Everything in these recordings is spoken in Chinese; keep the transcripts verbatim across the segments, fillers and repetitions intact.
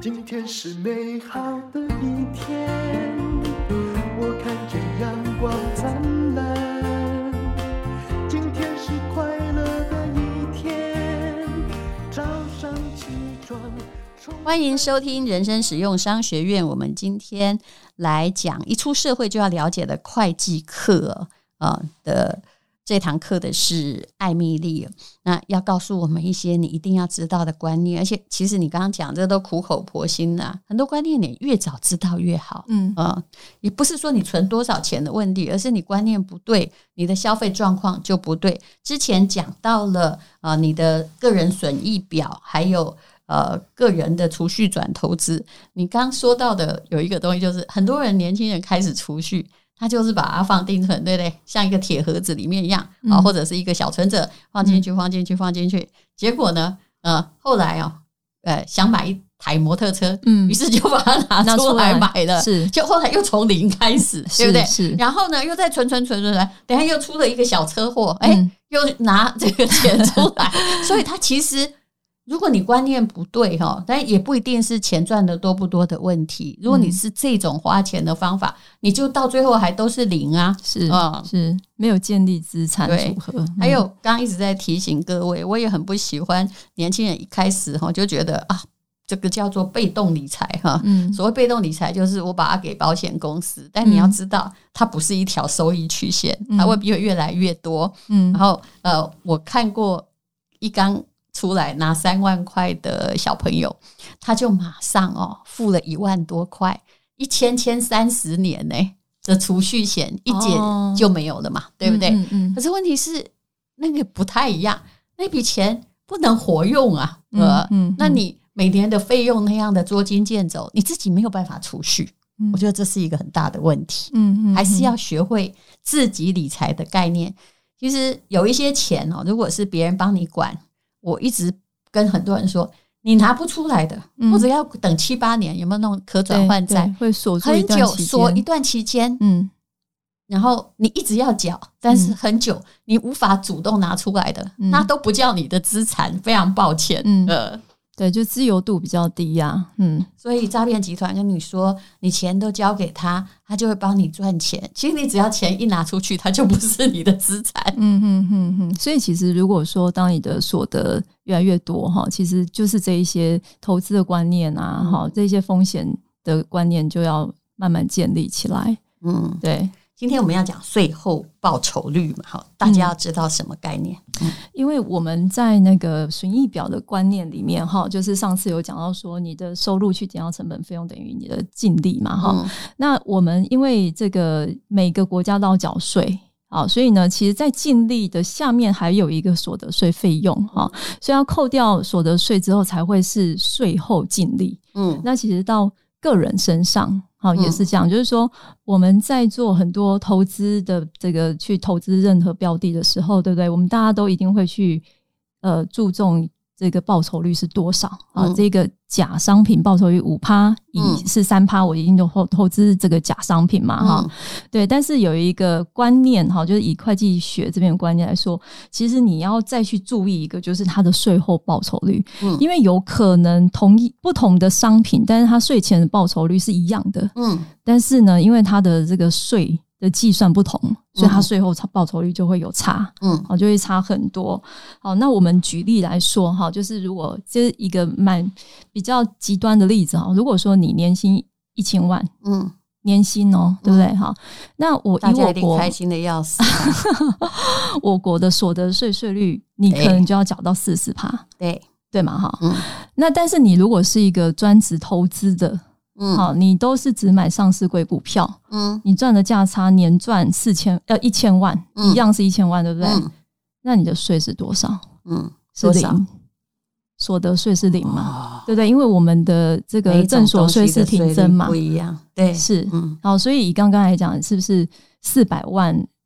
今天是美好的一天，我看见阳光灿烂。今天是快乐的一天，早上起床。 欢迎收听人生实用商学院，我们今天来讲一出社会就要了解的会计课、呃、的这堂课的是艾蜜莉，那要告诉我们一些你一定要知道的观念，而且其实你刚刚讲这都苦口婆心的、啊，很多观念你越早知道越好。嗯、呃、也不是说你存多少钱的问题，而是你观念不对，你的消费状况就不对。之前讲到了呃你的个人损益表，还有呃，个人的储蓄转投资，你刚说到的有一个东西，就是很多人年轻人开始储蓄，他就是把它放定存，对不对？像一个铁盒子里面一样、嗯啊、或者是一个小存折放进去放进去放进去，结果呢呃，后来哦，呃，想买一台摩托车，嗯，于是就把它拿出来买了，是，就后来又从零开始，对不对？是，然后呢，又再存存存存存，等一下又出了一个小车祸，哎、嗯，又拿这个钱出来，所以他其实。如果你观念不对，但也不一定是钱赚的多不多的问题。如果你是这种花钱的方法，你就到最后还都是零啊， 是、嗯、是没有建立资产组合、嗯、 还有刚刚一直在提醒各位，我也很不喜欢年轻人一开始就觉得啊，这个叫做被动理财、嗯、所谓被动理财就是我把它给保险公司，但你要知道它不是一条收益曲线，它会越越来越多、嗯、然后呃，我看过一刚出来拿三万块的小朋友，他就马上哦付了一万多块，一签签三十年呢的储蓄险一解就没有了嘛、哦、对不对、嗯嗯嗯、可是问题是那个不太一样，那笔钱不能活用啊、呃嗯嗯、那你每年的费用那样的捉襟见肘，你自己没有办法储蓄、嗯、我觉得这是一个很大的问题、嗯嗯嗯、还是要学会自己理财的概念。其实有一些钱哦，如果是别人帮你管，我一直跟很多人说，你拿不出来的、嗯、或者要等七八年，有没有那种可转换债， 会锁住一段期间， 很久锁一段期间，嗯，然后你一直要缴，但是很久、嗯、你无法主动拿出来的、嗯、那都不叫你的资产，非常抱歉。嗯呃对，就自由度比较低啊，嗯， 所以诈骗集团跟你说你钱都交给他，他就会帮你赚钱，其实你只要钱一拿出去，他就不是你的资产。 嗯哼哼哼，所以其实如果说当你的所得越来越多哈，其实就是这一些投资的观念啊，哈、嗯，这些风险的观念就要慢慢建立起来。嗯，对。 今天我们要讲税后报酬率嘛，大家要知道什么概念、 嗯、因为我们在那个损益表的观念里面就是上次有讲到说你的收入去减掉成本费用等于你的净利嘛、嗯、那我们因为这个每个国家都要缴税，所以呢其实在净利的下面还有一个所得税费用，所以要扣掉所得税之后才会是税后净利。嗯，那其实到个人身上好，也是这样、嗯、就是说我们在做很多投资的这个去投资任何标的的时候，对不对？我们大家都一定会去呃注重这个报酬率是多少啊、嗯？这个假商品报酬率 百分之五 以是 百分之三， 我一定就投资这个假商品嘛哈、嗯。对，但是有一个观念哈，就是以会计学这边的观念来说，其实你要再去注意一个，就是它的税后报酬率、嗯、因为有可能同一不同的商品，但是它税前的报酬率是一样的，嗯，但是呢因为它的这个税的计算不同，所以它税后报酬率就会有差，嗯，好，就会差很多。好，那我们举例来说哈，就是如果这是一个蛮比较极端的例子哈，如果说你年薪一千万，嗯，年薪哦，对不对？好、嗯，那我以我国大家一定开心的要死、啊， 我国的所得税税率，你可能就要缴到百分之四十，对对嘛哈、嗯，那但是你如果是一个专职投资的。嗯，好，你都是只买上市柜股票，嗯，你赚的价差年赚四千呃一千万、嗯，一样是一千万，对不对？嗯、那你的税是多少？嗯，是零，所得税是零嘛、哦，对不对？因为我们的这个正所税是停征嘛， 不一样，对， 是，嗯，好，所以以刚刚来讲，是不是四百万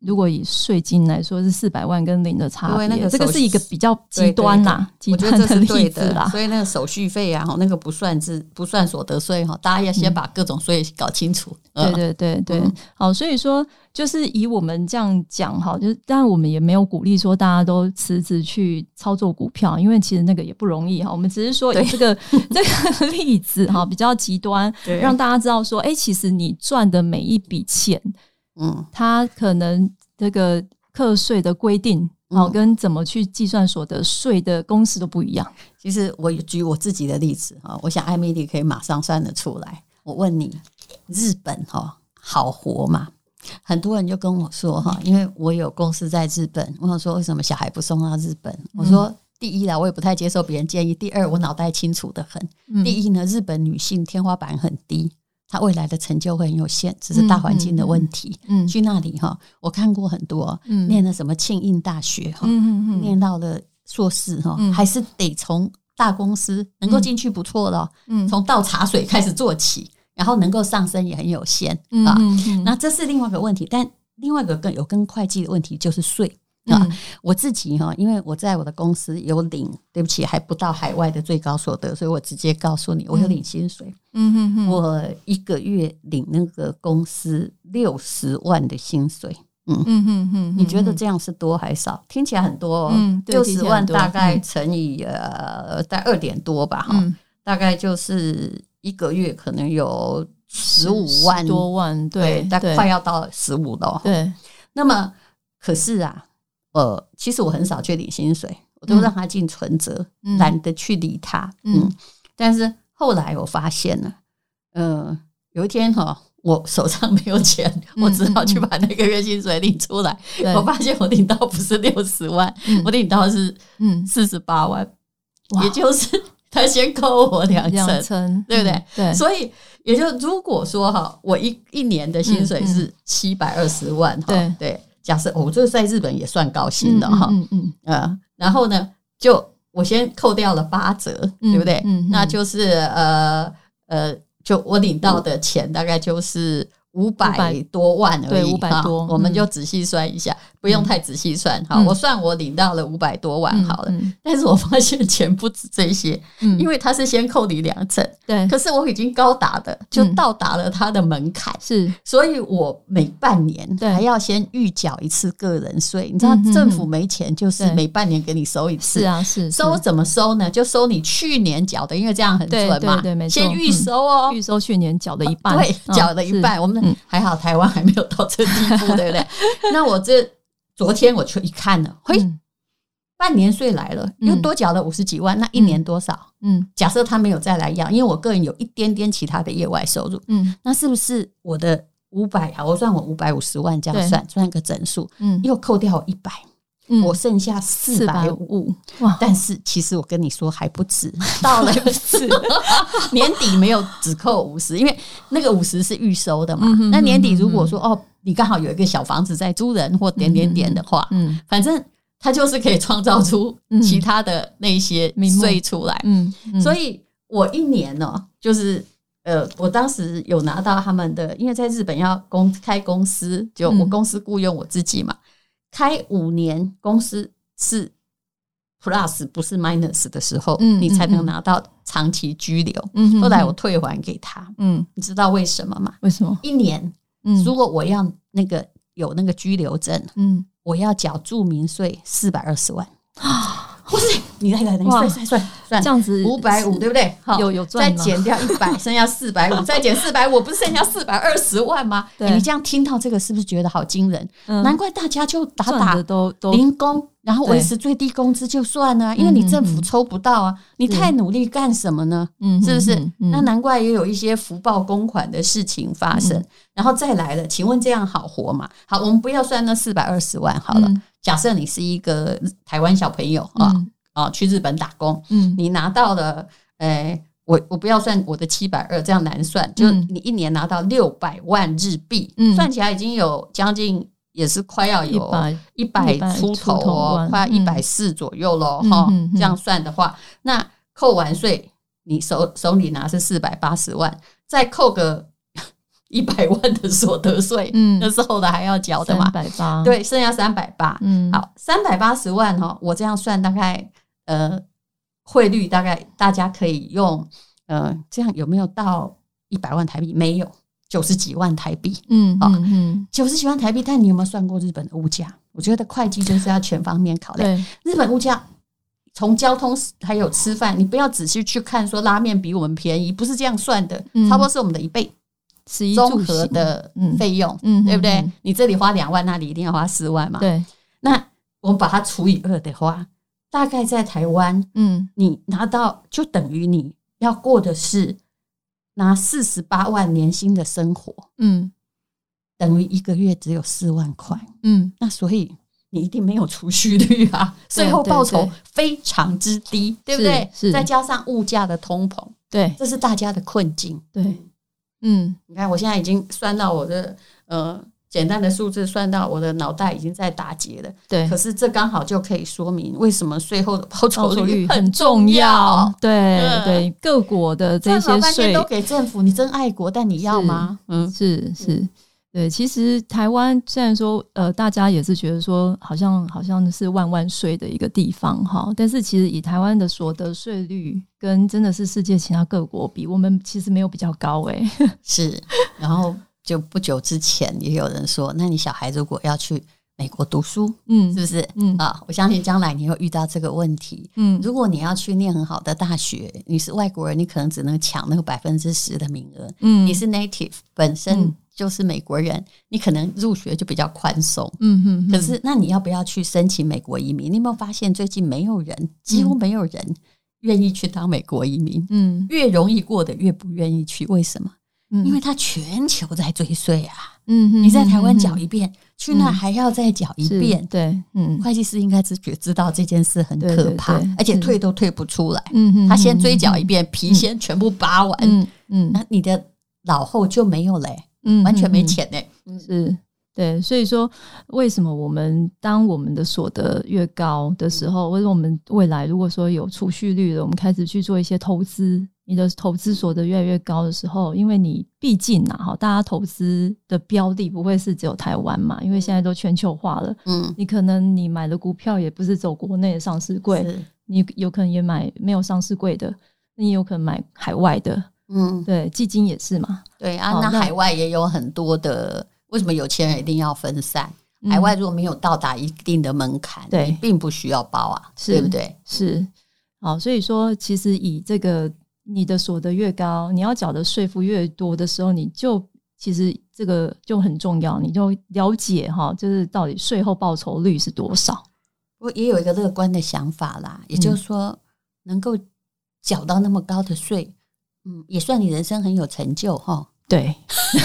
如果以税金来说是四百万跟零的差别，那个这个是一个比较极端啦， 极端的例子啦。 所以那个手续费啊，那个不算是不算所得税哈，大家要先把各种税搞清楚。 嗯、对对对对，嗯、好，所以说就是以我们这样讲哈，就是当然我们也没有鼓励说大家都辞职去操作股票，因为其实那个也不容易哈。我们只是说以这个这个例子哈比较极端，让大家知道说，哎、欸，其实你赚的每一笔钱，嗯，它可能这个课税的规定，好、嗯、跟怎么去计算所得税的公式都不一样。 其实我举我自己的例子啊，我想艾蜜莉可以马上算得出来。我问你，日本哈好活吗？很多人就跟我说哈，因为我有公司在日本，我想说为什么小孩不送到日本？嗯、我说第一啦，我也不太接受别人建议；第二，我脑袋清楚得很。嗯、第一呢，日本女性天花板很低。他未来的成就会很有限，只是大环境的问题。嗯嗯嗯、去那里哈，我看过很多，嗯、念了什么庆应大学哈，嗯嗯嗯、念到了硕士哈，嗯、还是得从大公司能够进去不错了，嗯、从倒茶水开始做起，然后能够上升也很有限、嗯、啊。嗯嗯、那这是另外一个问题，但另外一个更有跟会计的问题就是税。啊，嗯、我自己哈，因为我在我的公司有领，对不起，还不到海外的最高所得，所以我直接告诉你，我有领薪水。嗯哼哼，我一个月领那个公司六十万的薪水。嗯嗯哼哼，你觉得这样是多还少？听起来很多、哦，嗯，六十万大概乘以、嗯、呃，大概二点多吧，哈、嗯，大概就是一个月可能有十五万多万，对， 大概快要到十五了。对，那么可是啊。呃，其实我很少去领薪水，我都让他进存折，嗯、懒得去理他。嗯，嗯但是后来我发现了，呃，有一天哈、哦，我手上没有钱，嗯、我只好去把那个月薪水领出来。嗯、我发现我领到不是六十万，嗯、我领到是嗯四十八万，嗯、也就是他先扣我两成，对不对？嗯、对，所以也就如果说哈，我一一年的薪水是七百二十万，哈、嗯，对。对假设我、哦、这在日本也算高薪的哈，嗯嗯嗯呃，然后呢，就我先扣掉了八折，嗯、对不对？嗯嗯、那就是呃呃，就我领到的钱大概就是五百多万而已， 对，五百多， 我们就仔细算一下，嗯、不用太仔细算哈。嗯、我算我领到了五百多万好了，嗯嗯、但是我发现钱不止这些，嗯、因为他是先扣你两成，对，可是我已经高达的就到达了他的门槛，是、嗯，所以我每半年还要先预缴一次个人税。你知道政府没钱，就是每半年给你收一次，是啊，是收怎么收呢？就收你去年缴的，因为这样很准嘛，对对对，没错，先预收哦， 预收去年缴的一半， 对，缴了一半，我们。嗯、还好台湾还没有到这地步，对不对？那我这昨天我就一看了，嘿，嗯、半年税来了，又多缴了五十几万，那一年多少？嗯，假设他没有再来要，因为我个人有一点点其他的业外收入，嗯，那是不是我的五百啊？我算我五百五十万这样算，算一个整数，嗯，又扣掉我一百。嗯、我剩下四百五十，但是其实我跟你说还不止，到了年底没有只扣五十，因为那个五十是预收的嘛。嗯、那年底如果说哦，你刚好有一个小房子在租人或点点点的话，嗯、反正它就是可以创造出其他的那些税出来。嗯嗯、所以我一年呢、哦，就是呃，我当时有拿到他们的，因为在日本要公开公司，就我公司雇佣我自己嘛。开五年公司是 plus 不是 minus 的时候，嗯、你才能拿到长期居留。嗯、后来我退还给他，嗯、你知道为什么吗？ 为什么？ 一年，嗯、如果我要那个有那个居留证，嗯、我要缴住民税四百二十万。不是，你来来来，你算算算算， 这样子五百五，对不对？ 有有赚吗？ 再减掉一百，剩下四百五，再减四百五，不是剩下四百二十万吗？对、欸，你这样听到这个是不是觉得好惊人？嗯、难怪大家就打打都都零工，然后维持最低工资就算了、啊，因为你政府抽不到啊，嗯、你太努力干什么呢？嗯，是不是？嗯嗯、那难怪也有一些福报公款的事情发生。嗯、然后再来了，请问这样好活吗？好，我们不要算那四百二十万好了。嗯假设你是一个台湾小朋友啊、嗯哦、去日本打工，嗯、你拿到了，呃，我我不要算我的七百二，这样难算，就你一年拿到六百万日币，嗯、算起来已经有将近，也是快要有一百出头哦，快一百四左右咯、嗯哦嗯、这样算的话，那扣完税，你手手里拿是四百八十万，再扣个。 一百万的所得税，嗯，那是后来还要缴的嘛， 三百八， 对，剩下三百八， 嗯， 好，三百八十万哈，我这样算大概呃汇率大概大家可以用呃这样有没有到一百万台币？没有，九十几万台币， 嗯嗯嗯， 九十几万台币，但你有没有算过日本的物价？我觉得会计就是要全方面考量，日本物价。从交通还有吃饭，你不要仔细去看说拉面比我们便宜，不是这样算的，嗯、差不多是我们的一倍。综合的费用，嗯，对不对？嗯、你这里花两万，那里一定要花四万嘛。 对， 那我们把它除以二的话，大概在台湾，嗯，你拿到就等于你要过的是拿四十八万年薪的生活，嗯，等于一个月只有四万块，嗯，那所以。你一定没有储蓄率啊，税后报酬非常之低，对不对？再加上物价的通膨， 对， 这是大家的困境。 对，嗯， 你看我现在已经算到我的呃简单的数字，算到我的脑袋已经在打结了。 对， 可是这刚好就可以说明为什么税后的报酬率很重要。对、 嗯、 对，各国的这些税都给政府，你真爱国，但你要吗？ 嗯，是是。对，其实台湾虽然说，呃，大家也是觉得说，好像好像是万万税的一个地方哈，但是其实以台湾的所得税率跟真的是世界其他各国比，我们其实没有比较高诶、欸。 是，然后就不久之前也有人说，那你小孩如果要去美国读书，嗯，是不是？嗯啊，我相信将来你会遇到这个问题。嗯，如果你要去念很好的大学，你是外国人，你可能只能抢那个百分之十的名额。嗯，你是 native 本身、嗯。就是美国人，你可能入学就比较宽松，嗯哼哼。可是，那你要不要去申请美国移民？你有没有发现最近没有人，几乎没有人愿意去当美国移民？嗯，越容易过的越不愿意去，为什么？嗯、因为他全球在追税啊。嗯哼，你在台湾缴一遍，嗯、去那还要再缴一遍。对，嗯，会计师应该直觉知道这件事很可怕，对对对，而且退都退不出来。嗯哼，他先追缴一遍，皮先全部扒完。嗯嗯，那你的老后就没有嘞、欸。嗯，完全没钱呢、欸嗯，是，对，所以说为什么我们当我们的所得越高的时候，或者我们未来如果说有储蓄率了，我们开始去做一些投资，你的投资所得越来越高的时候，因为你毕竟啊，大家投资的标的不会是只有台湾嘛，因为现在都全球化了，嗯，你可能你买的股票也不是走国内的上市柜，你有可能也买没有上市柜的，你有可能买海外的。嗯，对，基金也是嘛。 对啊，那海外也有很多的，为什么有钱人一定要分散？嗯、海外如果没有到达一定的门槛，对，你并不需要包啊，对不对？ 是，好，所以说，其实以这个你的所得越高，你要缴的税负越多的时候，你就其实这个就很重要，你就了解哈，就是到底税后报酬率是多少。 我也有一个乐观的想法啦，也就是说，嗯、能够缴到那么高的税。嗯，也算你人生很有成就齁。 对，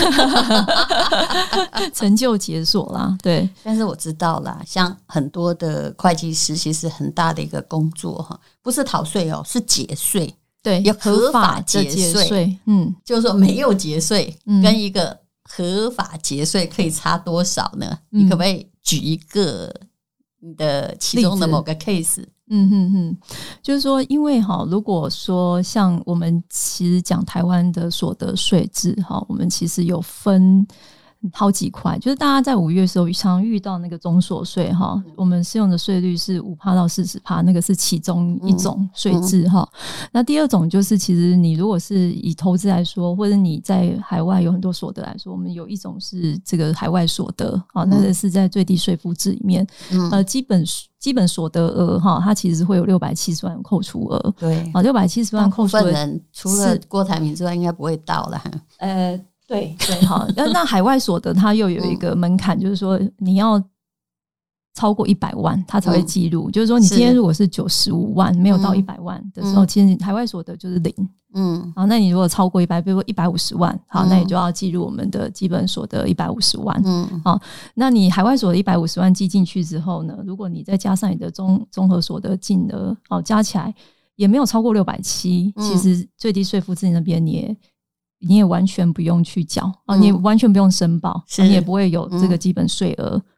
成就解锁啦。对， 但是我知道啦，像很多的会计师，其实很大的一个工作哈，不是逃税哦，是节税。 对， 有合法节税。嗯，就是说没有节税、嗯、跟一个合法节税可以差多少呢？嗯、你可不可以举一个你的其中的某个 case？ 嗯哼哼，就是说，因为哈，如果说像我们其实讲台湾的所得税制哈，我们其实有分好几块，就是大家在五月的时候常遇到那个中所税哈，我们适用的税率是 百分之五 到 百分之四十， 那个是其中一种税制哈、嗯嗯。那第二种就是其实你如果是以投资来说，或者你在海外有很多所得来说，我们有一种是这个海外所得啊，那个是在最低税负制里面、嗯、呃基本基本所得额哈，它其实会有六百七十万扣除额。对啊，六百七十万扣除额，大部分人除了郭台铭之外，应该不会到了。 呃，对对，好，那那海外所得它又有一个门槛，就是说你要超过一百万，它才会记录、嗯。就是说，你今天如果是九十五万，没有到一百万的时候、嗯，其实海外所得就是零。嗯，好，那你如果超过一百，比如说一百五十万，好，那你就要记录我们的基本所得一百五十万。嗯，好，那你海外所得一百五十万记进去之后呢，如果你再加上你的综综合所得金额，哦，加起来也没有超过六百七，其实最低税负制那边你也。你也完全不用去缴、嗯、你也完全不用申报，你也不会有这个基本税额、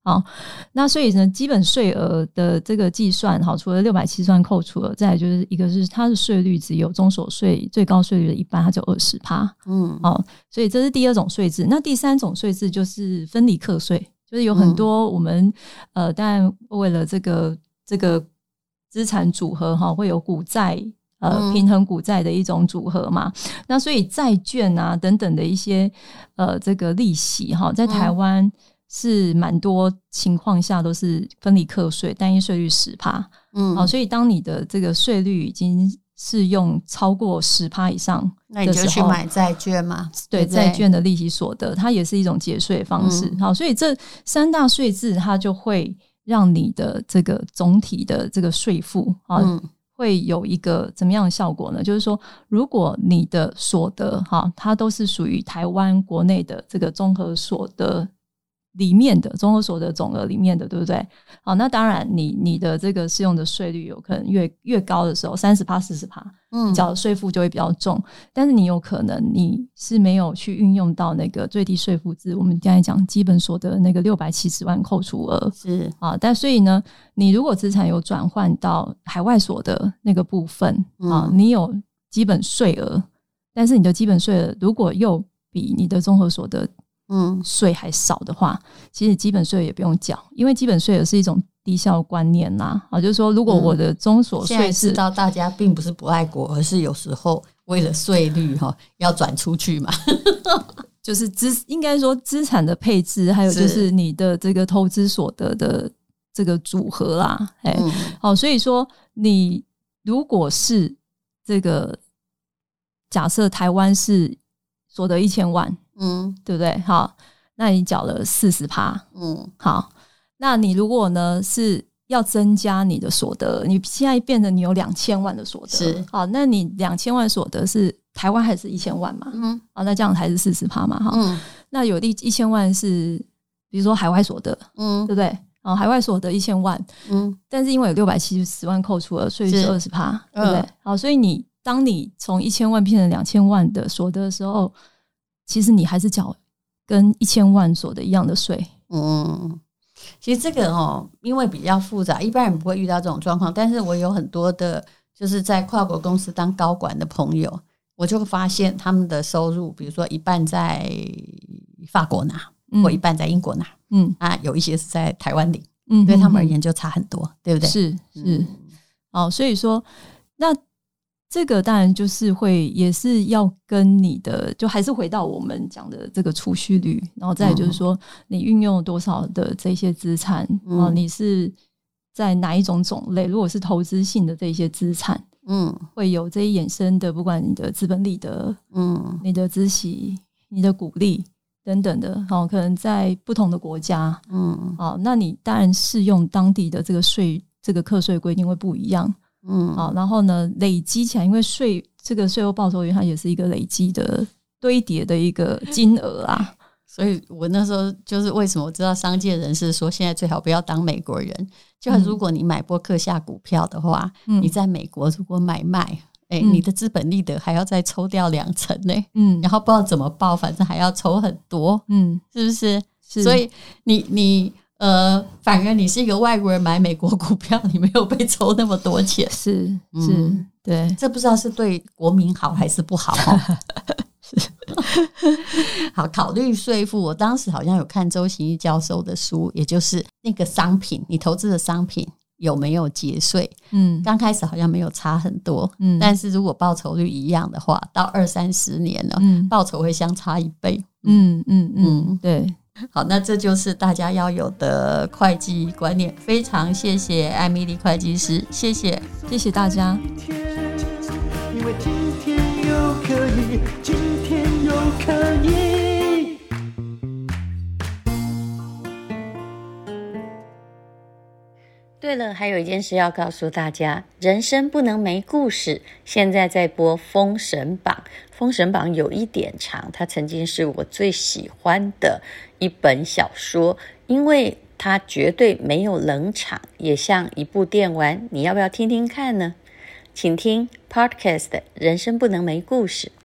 好，那所以呢，基本税额的这个计算，好，除了六百七十万扣除额，再来就是一个是它的税率只有中所税最高税率的一半，它就 百分之二十。嗯，好，所以这是第二种税制。那第三种税制就是分离课税，就是有很多我们、嗯、呃，当然为了这个这个资产组合哈，会有股债。呃，平衡股债的一种组合嘛，嗯、那所以债券啊等等的一些呃这个利息哈，在台湾是蛮多情况下都是分离课税，单一税率 百分之十。嗯，好，所以当你的这个税率已经适用超过 百分之十 以上的时候， 那你就去买债券嘛。 对，债券的利息所得，它也是一种节税方式。嗯、好，所以这三大税制它就会让你的这个总体的这个税负啊。嗯会有一个怎么样的效果呢？就是说，如果你的所得哈，它都是属于台湾国内的这个综合所得里面的综合所得总额里面的，对不对？好，那当然你你的这个适用的税率有可能越越高的时候， 百分之三十、四十， 嗯，缴的税负就会比较重。但是你有可能你是没有去运用到那个最低税负制，我们刚才讲基本所得那个六百七十万扣除额是啊， 但所以呢，你如果资产有转换到海外所得那个部分、嗯、啊，你有基本税额，但是你的基本税额如果又比你的综合所得嗯，税还少的话，其实基本税也不用缴，因为基本税也是一种低效观念啦。啊，就是说，如果我的综所税是、嗯、 现在知道大家并不是不爱国，而是有时候为了税率哈要转出去嘛， 就是资应该说资产的配置，还有就是你的这个投资所得的这个组合啦。哎、嗯，好，所以说你如果是这个假设台湾是所得一千万。嗯，对不对？好，那你缴了 百分之四十。 嗯，好，那你如果呢是要增加你的所得，你现在变成你有两千万的所得， 是好，那你两千万所得是台湾还是一千万嘛？嗯，好，那这样还是 百分之四十 嘛？哈，嗯，那有的一千万是比如说海外所得，嗯，对不对？哦，海外所得一千万，嗯，但是因为有六百七十万扣除额，所以是 百分之二十， 对不对？嗯、好，所以你当你从一千万变成两千万的所得的时候，其实你还是缴跟一千万所得一样的税。嗯， 其实这个哦，因为比较复杂，一般人不会遇到这种状况。但是我有很多的，就是在跨国公司当高管的朋友，我就会发现他们的收入，比如说一半在法国拿，嗯、或一半在英国拿，嗯啊，有一些是在台湾领，嗯，对他们而言就差很多，对不对？ 是是，嗯、哦，所以说那。这个当然就是会也是要跟你的就还是回到我们讲的这个储蓄率，然后再来就是说你运用多少的这些资产、嗯哦、你是在哪一种种类，如果是投资性的这些资产，嗯，会有这一衍生的，不管你的资本利得，嗯，你的孳息，你的股利等等的、哦、可能在不同的国家，嗯，哦，那你当然适用当地的这个税这个课税规定会不一样。嗯，好，然后呢，累积起来，因为税这个税后报酬率它也是一个累积的堆叠的一个金额啊， 所以我那时候就是为什么我知道商界人士说现在最好不要当美国人，就如果你买波克夏股票的话，嗯、你在美国如果买卖，哎、欸嗯，你的资本利得还要再抽掉两成呢，嗯，然后不知道怎么报，反正还要抽很多，嗯，是不是？是，所以你你。呃，反而你是一个外国人买美国股票，你没有被抽那么多钱， 是是、嗯，对， 这不知道是对国民好还是不好、哦。好，考虑税负，我当时好像有看周行义教授的书，也就是那个商品，你投资的商品有没有节税？嗯，刚开始好像没有差很多，嗯，但是如果报酬率一样的话，到二三十年了，嗯，报酬会相差一倍。嗯嗯嗯，嗯对。 好，那这就是大家要有的会计观念。非常谢谢艾米丽会计师，谢谢， 谢谢大家。 因为今天又可以，今天又可以。 对了，还有一件事要告诉大家，人生不能没故事。现在在播《封神榜》，《封神榜》有一点长，它曾经是我最喜欢的一本小说，因为它绝对没有冷场，也像一部电玩。你要不要听听看呢？请听 Podcast《人生不能没故事》。